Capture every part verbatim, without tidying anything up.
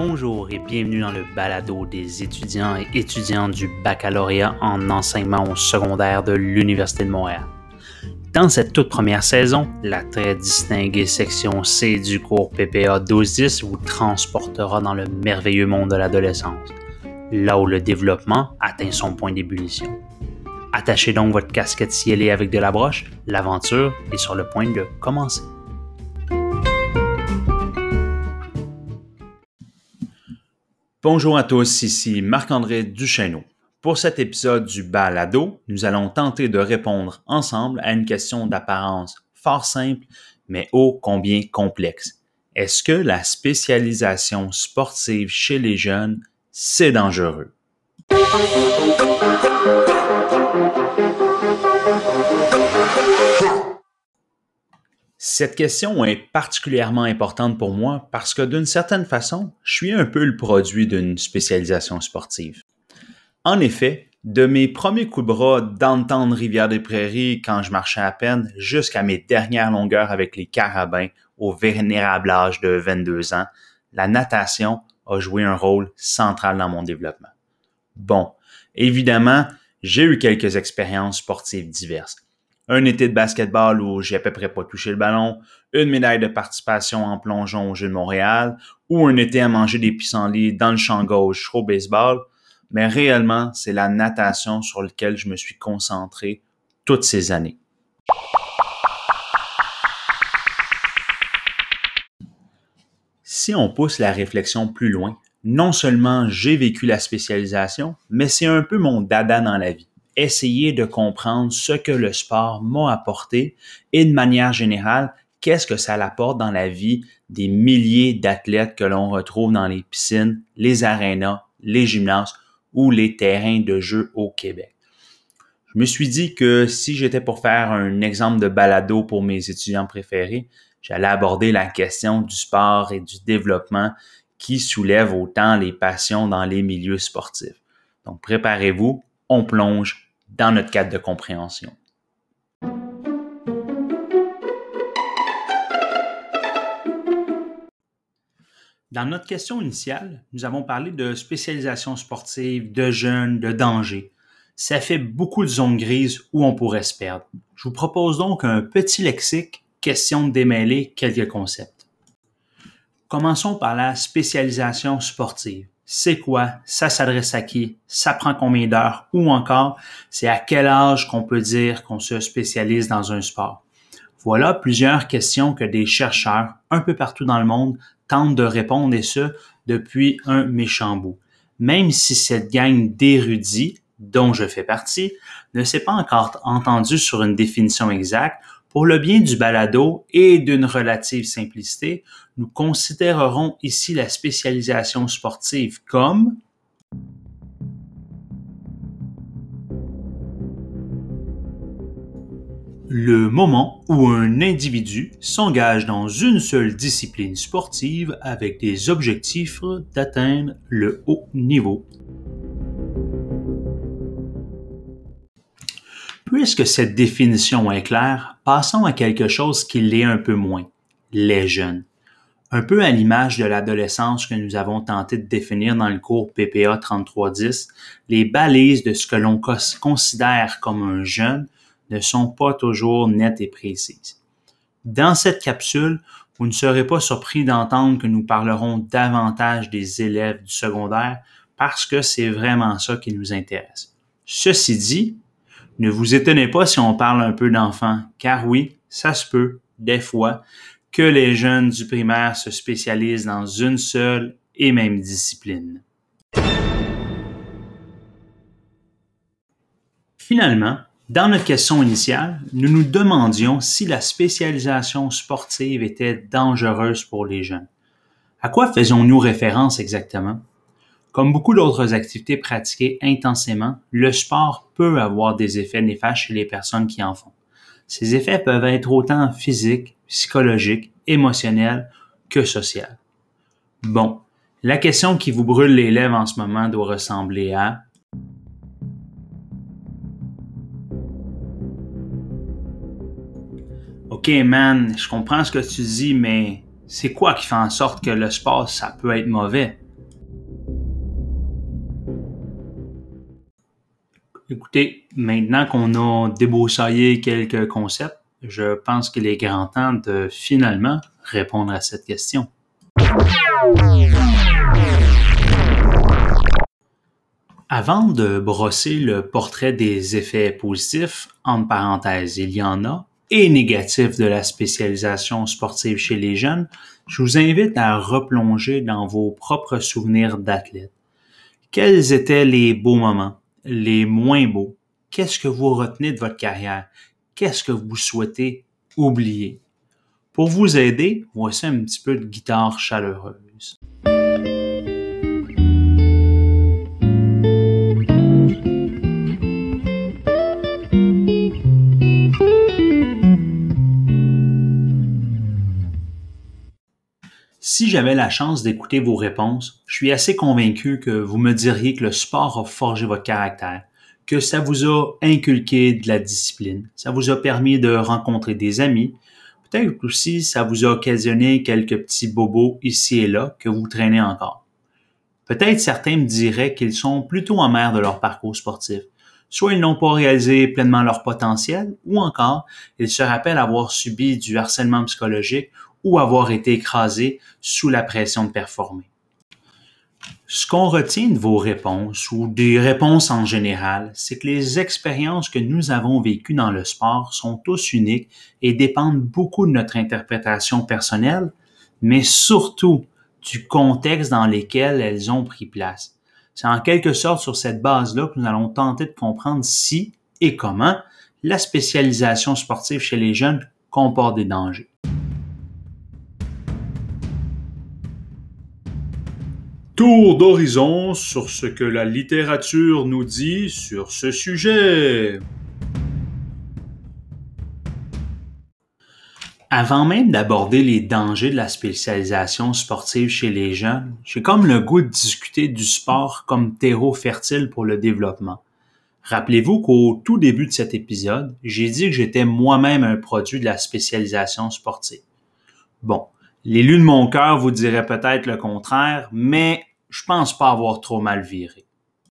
Bonjour et bienvenue dans le balado des étudiants et étudiantes du baccalauréat en enseignement au secondaire de l'Université de Montréal. Dans cette toute première saison, la très distinguée section C du cours P P A douze dix vous transportera dans le merveilleux monde de l'adolescence, là où le développement atteint son point d'ébullition. Attachez donc votre casquette cielée avec de la broche, l'aventure est sur le point de commencer. Bonjour à tous, ici Marc-André Duchesneau. Pour cet épisode du balado, nous allons tenter de répondre ensemble à une question d'apparence fort simple, mais ô combien complexe. Est-ce que la spécialisation sportive chez les jeunes, c'est dangereux? Cette question est particulièrement importante pour moi parce que d'une certaine façon, je suis un peu le produit d'une spécialisation sportive. En effet, de mes premiers coups de bras d'entendre Rivière-des-Prairies quand je marchais à peine jusqu'à mes dernières longueurs avec les carabins au vénérable âge de vingt-deux ans, la natation a joué un rôle central dans mon développement. Bon, évidemment, j'ai eu quelques expériences sportives diverses. Un été de basketball où j'ai à peu près pas touché le ballon, une médaille de participation en plongeon aux Jeux de Montréal, ou un été à manger des pissenlits dans le champ gauche au baseball, mais réellement, c'est la natation sur laquelle je me suis concentré toutes ces années. Si on pousse la réflexion plus loin, non seulement j'ai vécu la spécialisation, mais c'est un peu mon dada dans la vie. Essayer de comprendre ce que le sport m'a apporté et de manière générale, qu'est-ce que ça apporte dans la vie des milliers d'athlètes que l'on retrouve dans les piscines, les arénas, les gymnases ou les terrains de jeu au Québec. Je me suis dit que si j'étais pour faire un exemple de balado pour mes étudiants préférés, j'allais aborder la question du sport et du développement qui soulève autant les passions dans les milieux sportifs. Donc préparez-vous, on plonge dans notre cadre de compréhension. Dans notre question initiale, nous avons parlé de spécialisation sportive, de jeunes, de danger. Ça fait beaucoup de zones grises où on pourrait se perdre. Je vous propose donc un petit lexique, question de démêler quelques concepts. Commençons par la spécialisation sportive. C'est quoi? Ça s'adresse à qui? Ça prend combien d'heures? Ou encore, c'est à quel âge qu'on peut dire qu'on se spécialise dans un sport? Voilà plusieurs questions que des chercheurs un peu partout dans le monde tentent de répondre et ce, depuis un méchant bout. Même si cette gang d'érudits, dont je fais partie, ne s'est pas encore entendue sur une définition exacte, pour le bien du balado et d'une relative simplicité, nous considérerons ici la spécialisation sportive comme le moment où un individu s'engage dans une seule discipline sportive avec des objectifs d'atteindre le haut niveau. Puisque cette définition est claire, passons à quelque chose qui l'est un peu moins, les jeunes. Un peu à l'image de l'adolescence que nous avons tenté de définir dans le cours P P A trente-trois dix, les balises de ce que l'on considère comme un jeune ne sont pas toujours nettes et précises. Dans cette capsule, vous ne serez pas surpris d'entendre que nous parlerons davantage des élèves du secondaire parce que c'est vraiment ça qui nous intéresse. Ceci dit, ne vous étonnez pas si on parle un peu d'enfants, car oui, ça se peut, des fois, que les jeunes du primaire se spécialisent dans une seule et même discipline. Finalement, dans notre question initiale, nous nous demandions si la spécialisation sportive était dangereuse pour les jeunes. À quoi faisons-nous référence exactement? Comme beaucoup d'autres activités pratiquées intensément, le sport peut avoir des effets néfastes chez les personnes qui en font. Ces effets peuvent être autant physiques, psychologiques, émotionnels que sociaux. Bon, la question qui vous brûle les lèvres en ce moment doit ressembler à « Ok man, je comprends ce que tu dis, mais c'est quoi qui fait en sorte que le sport, ça peut être mauvais? » Écoutez, maintenant qu'on a débroussaillé quelques concepts, je pense qu'il est grand temps de finalement répondre à cette question. Avant de brosser le portrait des effets positifs, entre parenthèses, il y en a, et négatifs de la spécialisation sportive chez les jeunes, je vous invite à replonger dans vos propres souvenirs d'athlètes. Quels étaient les beaux moments, les moins beaux? Qu'est-ce que vous retenez de votre carrière? Qu'est-ce que vous souhaitez oublier? Pour vous aider, voici un petit peu de guitare chaleureuse. Si j'avais la chance d'écouter vos réponses, je suis assez convaincu que vous me diriez que le sport a forgé votre caractère, que ça vous a inculqué de la discipline, ça vous a permis de rencontrer des amis, peut-être aussi ça vous a occasionné quelques petits bobos ici et là que vous traînez encore. Peut-être certains me diraient qu'ils sont plutôt amers de leur parcours sportif. Soit ils n'ont pas réalisé pleinement leur potentiel, ou encore ils se rappellent avoir subi du harcèlement psychologique ou avoir été écrasés sous la pression de performer. Ce qu'on retient de vos réponses ou des réponses en général, c'est que les expériences que nous avons vécues dans le sport sont tous uniques et dépendent beaucoup de notre interprétation personnelle, mais surtout du contexte dans lequel elles ont pris place. C'est en quelque sorte sur cette base-là que nous allons tenter de comprendre si et comment la spécialisation sportive chez les jeunes comporte des dangers. Tour d'horizon sur ce que la littérature nous dit sur ce sujet. Avant même d'aborder les dangers de la spécialisation sportive chez les jeunes, j'ai comme le goût de discuter du sport comme terreau fertile pour le développement. Rappelez-vous qu'au tout début de cet épisode, j'ai dit que j'étais moi-même un produit de la spécialisation sportive. Bon, l'élu de mon cœur vous dirait peut-être le contraire, mais je pense pas avoir trop mal viré.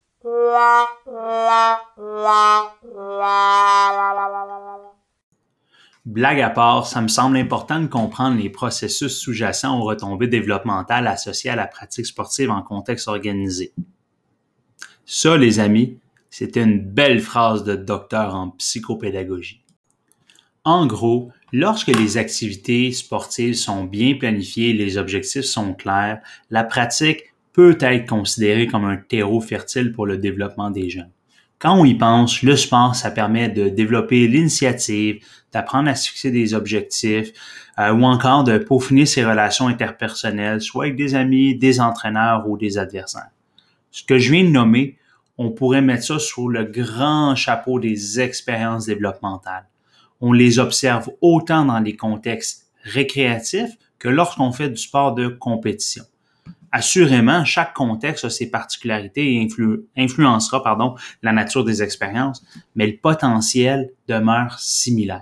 Blague à part, ça me semble important de comprendre les processus sous-jacents aux retombées développementales associées à la pratique sportive en contexte organisé. Ça, les amis, c'était une belle phrase de docteur en psychopédagogie. En gros, lorsque les activités sportives sont bien planifiées et les objectifs sont clairs, la pratique peut être considérée comme un terreau fertile pour le développement des jeunes. Quand on y pense, le sport, ça permet de développer l'initiative, d'apprendre à se fixer des objectifs euh, ou encore de peaufiner ses relations interpersonnelles, soit avec des amis, des entraîneurs ou des adversaires. Ce que je viens de nommer, on pourrait mettre ça sous le grand chapeau des expériences développementales. On les observe autant dans les contextes récréatifs que lorsqu'on fait du sport de compétition. Assurément, chaque contexte a ses particularités et influ- influencera pardon, la nature des expériences, mais le potentiel demeure similaire.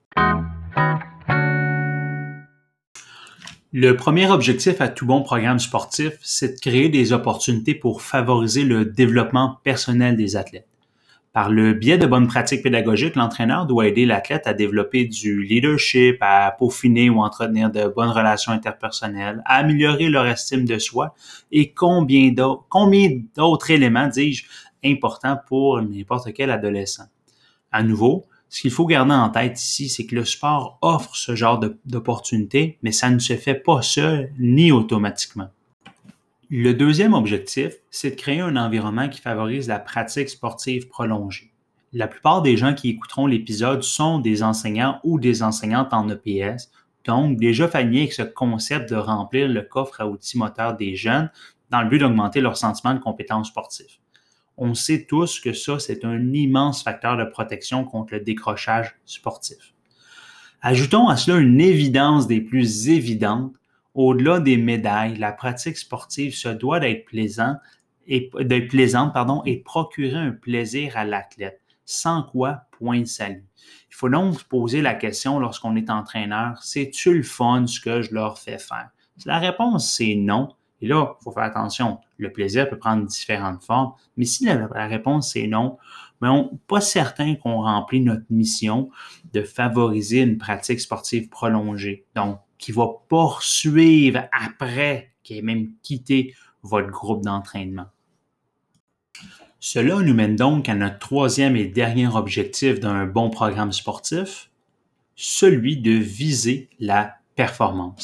Le premier objectif à tout bon programme sportif, c'est de créer des opportunités pour favoriser le développement personnel des athlètes. Par le biais de bonnes pratiques pédagogiques, l'entraîneur doit aider l'athlète à développer du leadership, à peaufiner ou entretenir de bonnes relations interpersonnelles, à améliorer leur estime de soi et combien d'autres, combien d'autres éléments, dis-je, importants pour n'importe quel adolescent. À nouveau, ce qu'il faut garder en tête ici, c'est que le sport offre ce genre de, d'opportunités, mais ça ne se fait pas seul ni automatiquement. Le deuxième objectif, c'est de créer un environnement qui favorise la pratique sportive prolongée. La plupart des gens qui écouteront l'épisode sont des enseignants ou des enseignantes en E P S, donc déjà familiers avec ce concept de remplir le coffre à outils moteur des jeunes dans le but d'augmenter leur sentiment de compétence sportive. On sait tous que ça, c'est un immense facteur de protection contre le décrochage sportif. Ajoutons à cela une évidence des plus évidentes. Au-delà des médailles, la pratique sportive se doit d'être plaisant et d'être plaisante, pardon, et procurer un plaisir à l'athlète, sans quoi point de salut. Il faut donc se poser la question lorsqu'on est entraîneur, c'est-tu le fun ce que je leur fais faire? Si la réponse c'est non, Et là, il faut faire attention. Le plaisir peut prendre différentes formes, mais si la, la réponse est non, mais on n'est pas certain qu'on remplit notre mission de favoriser une pratique sportive prolongée. Donc, qui va poursuivre après, qui est même quitté votre groupe d'entraînement. Cela nous mène donc à notre troisième et dernier objectif d'un bon programme sportif, celui de viser la performance.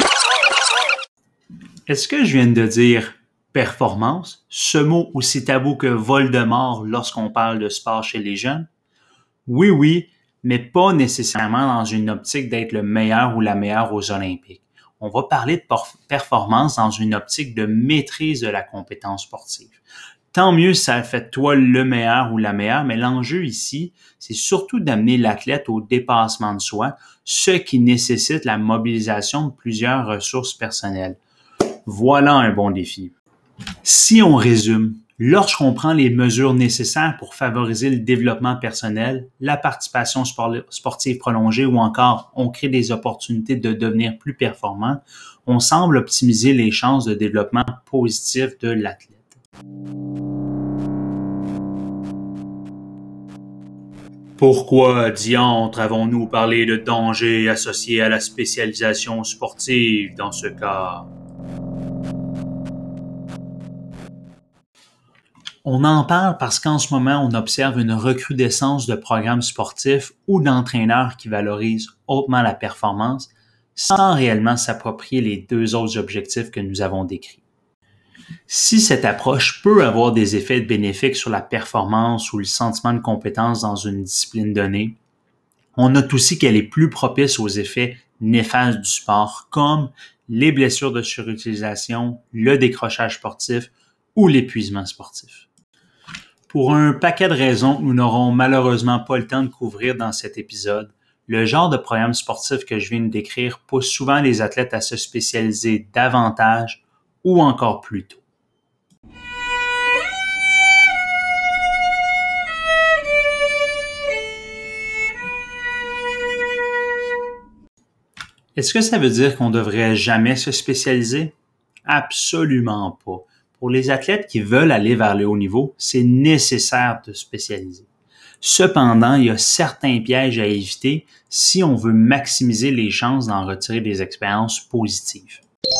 Est-ce que je viens de dire performance, ce mot aussi tabou que Voldemort lorsqu'on parle de sport chez les jeunes? Oui, oui, mais pas nécessairement dans une optique d'être le meilleur ou la meilleure aux Olympiques. On va parler de performance dans une optique de maîtrise de la compétence sportive. Tant mieux si ça fait de toi le meilleur ou la meilleure, mais l'enjeu ici, c'est surtout d'amener l'athlète au dépassement de soi, ce qui nécessite la mobilisation de plusieurs ressources personnelles. Voilà un bon défi. Si on résume, lorsqu'on prend les mesures nécessaires pour favoriser le développement personnel, la participation sportive prolongée ou encore on crée des opportunités de devenir plus performant, on semble optimiser les chances de développement positif de l'athlète. Pourquoi, diantre, avons-nous parlé de danger associé à la spécialisation sportive dans ce cas? On en parle parce qu'en ce moment, on observe une recrudescence de programmes sportifs ou d'entraîneurs qui valorisent hautement la performance sans réellement s'approprier les deux autres objectifs que nous avons décrits. Si cette approche peut avoir des effets bénéfiques sur la performance ou le sentiment de compétence dans une discipline donnée, on note aussi qu'elle est plus propice aux effets néfastes du sport comme les blessures de surutilisation, le décrochage sportif ou l'épuisement sportif. Pour un paquet de raisons que nous n'aurons malheureusement pas le temps de couvrir dans cet épisode, le genre de programme sportif que je viens de décrire pousse souvent les athlètes à se spécialiser davantage ou encore plus tôt. Est-ce que ça veut dire qu'on ne devrait jamais se spécialiser? Absolument pas. Pour les athlètes qui veulent aller vers le haut niveau, c'est nécessaire de spécialiser. Cependant, il y a certains pièges à éviter si on veut maximiser les chances d'en retirer des expériences positives.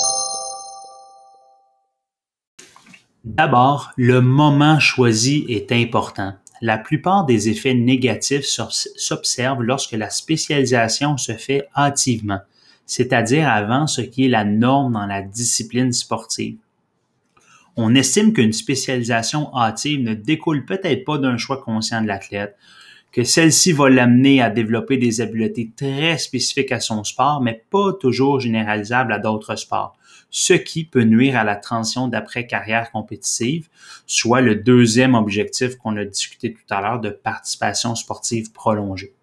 D'abord, le moment choisi est important. La plupart des effets négatifs s'observent lorsque la spécialisation se fait hâtivement, c'est-à-dire avant ce qui est la norme dans la discipline sportive. On estime qu'une spécialisation hâtive ne découle peut-être pas d'un choix conscient de l'athlète, que celle-ci va l'amener à développer des habiletés très spécifiques à son sport, mais pas toujours généralisables à d'autres sports, ce qui peut nuire à la transition d'après-carrière compétitive, soit le deuxième objectif qu'on a discuté tout à l'heure de participation sportive prolongée.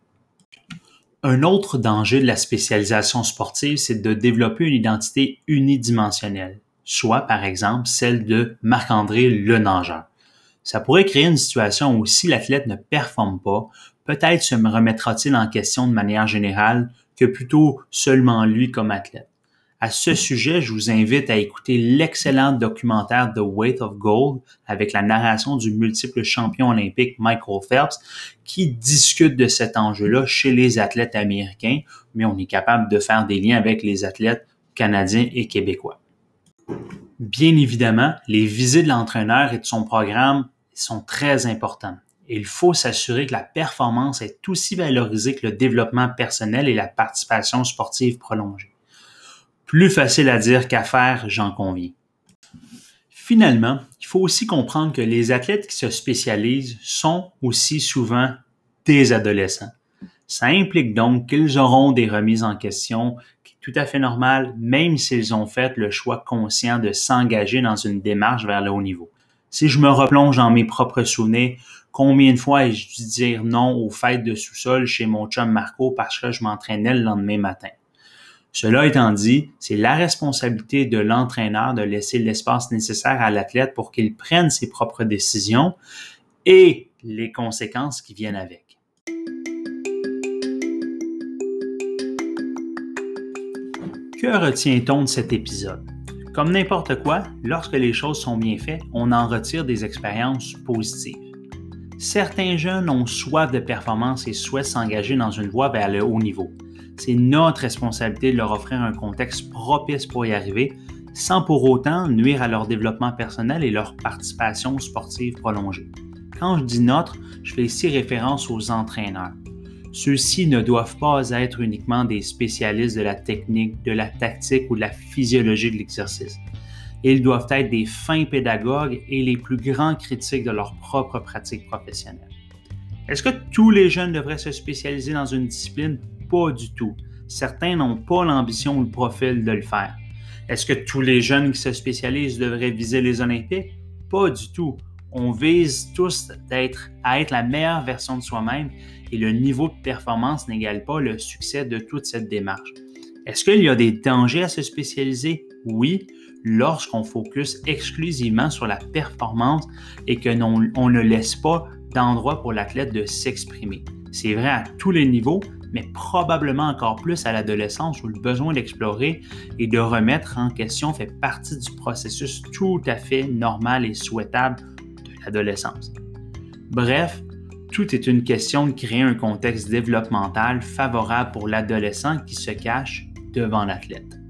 Un autre danger de la spécialisation sportive, c'est de développer une identité unidimensionnelle, soit par exemple celle de Marc-André le nageur. Ça pourrait créer une situation où si l'athlète ne performe pas, peut-être se remettra-t-il en question de manière générale que plutôt seulement lui comme athlète. À ce sujet, je vous invite à écouter l'excellent documentaire The Weight of Gold avec la narration du multiple champion olympique Michael Phelps qui discute de cet enjeu-là chez les athlètes américains, mais on est capable de faire des liens avec les athlètes canadiens et québécois. Bien évidemment, les visées de l'entraîneur et de son programme sont très importantes. Il faut s'assurer que la performance est aussi valorisée que le développement personnel et la participation sportive prolongée. Plus facile à dire qu'à faire, j'en conviens. Finalement, il faut aussi comprendre que les athlètes qui se spécialisent sont aussi souvent des adolescents. Ça implique donc qu'ils auront des remises en question, qui est tout à fait normal, même s'ils ont fait le choix conscient de s'engager dans une démarche vers le haut niveau. Si je me replonge dans mes propres souvenirs, combien de fois ai-je dû dire non aux fêtes de sous-sol chez mon chum Marco parce que je m'entraînais le lendemain matin? Cela étant dit, c'est la responsabilité de l'entraîneur de laisser l'espace nécessaire à l'athlète pour qu'il prenne ses propres décisions et les conséquences qui viennent avec. Que retient-on de cet épisode? Comme n'importe quoi, lorsque les choses sont bien faites, on en retire des expériences positives. Certains jeunes ont soif de performance et souhaitent s'engager dans une voie vers le haut niveau. C'est notre responsabilité de leur offrir un contexte propice pour y arriver, sans pour autant nuire à leur développement personnel et leur participation sportive prolongée. Quand je dis notre, je fais ici référence aux entraîneurs. Ceux-ci ne doivent pas être uniquement des spécialistes de la technique, de la tactique ou de la physiologie de l'exercice. Ils doivent être des fins pédagogues et les plus grands critiques de leur propre pratique professionnelle. Est-ce que tous les jeunes devraient se spécialiser dans une discipline? Pas du tout. Certains n'ont pas l'ambition ou le profil de le faire. Est-ce que tous les jeunes qui se spécialisent devraient viser les Olympiques? Pas du tout. On vise tous d'être, à être la meilleure version de soi-même et le niveau de performance n'égale pas le succès de toute cette démarche. Est-ce qu'il y a des dangers à se spécialiser? Oui, lorsqu'on focus exclusivement sur la performance et que non, on ne laisse pas d'endroit pour l'athlète de s'exprimer. C'est vrai à tous les niveaux, mais probablement encore plus à l'adolescence où le besoin d'explorer et de remettre en question fait partie du processus tout à fait normal et souhaitable de l'adolescence. Bref, tout est une question de créer un contexte développemental favorable pour l'adolescent qui se cache devant l'athlète.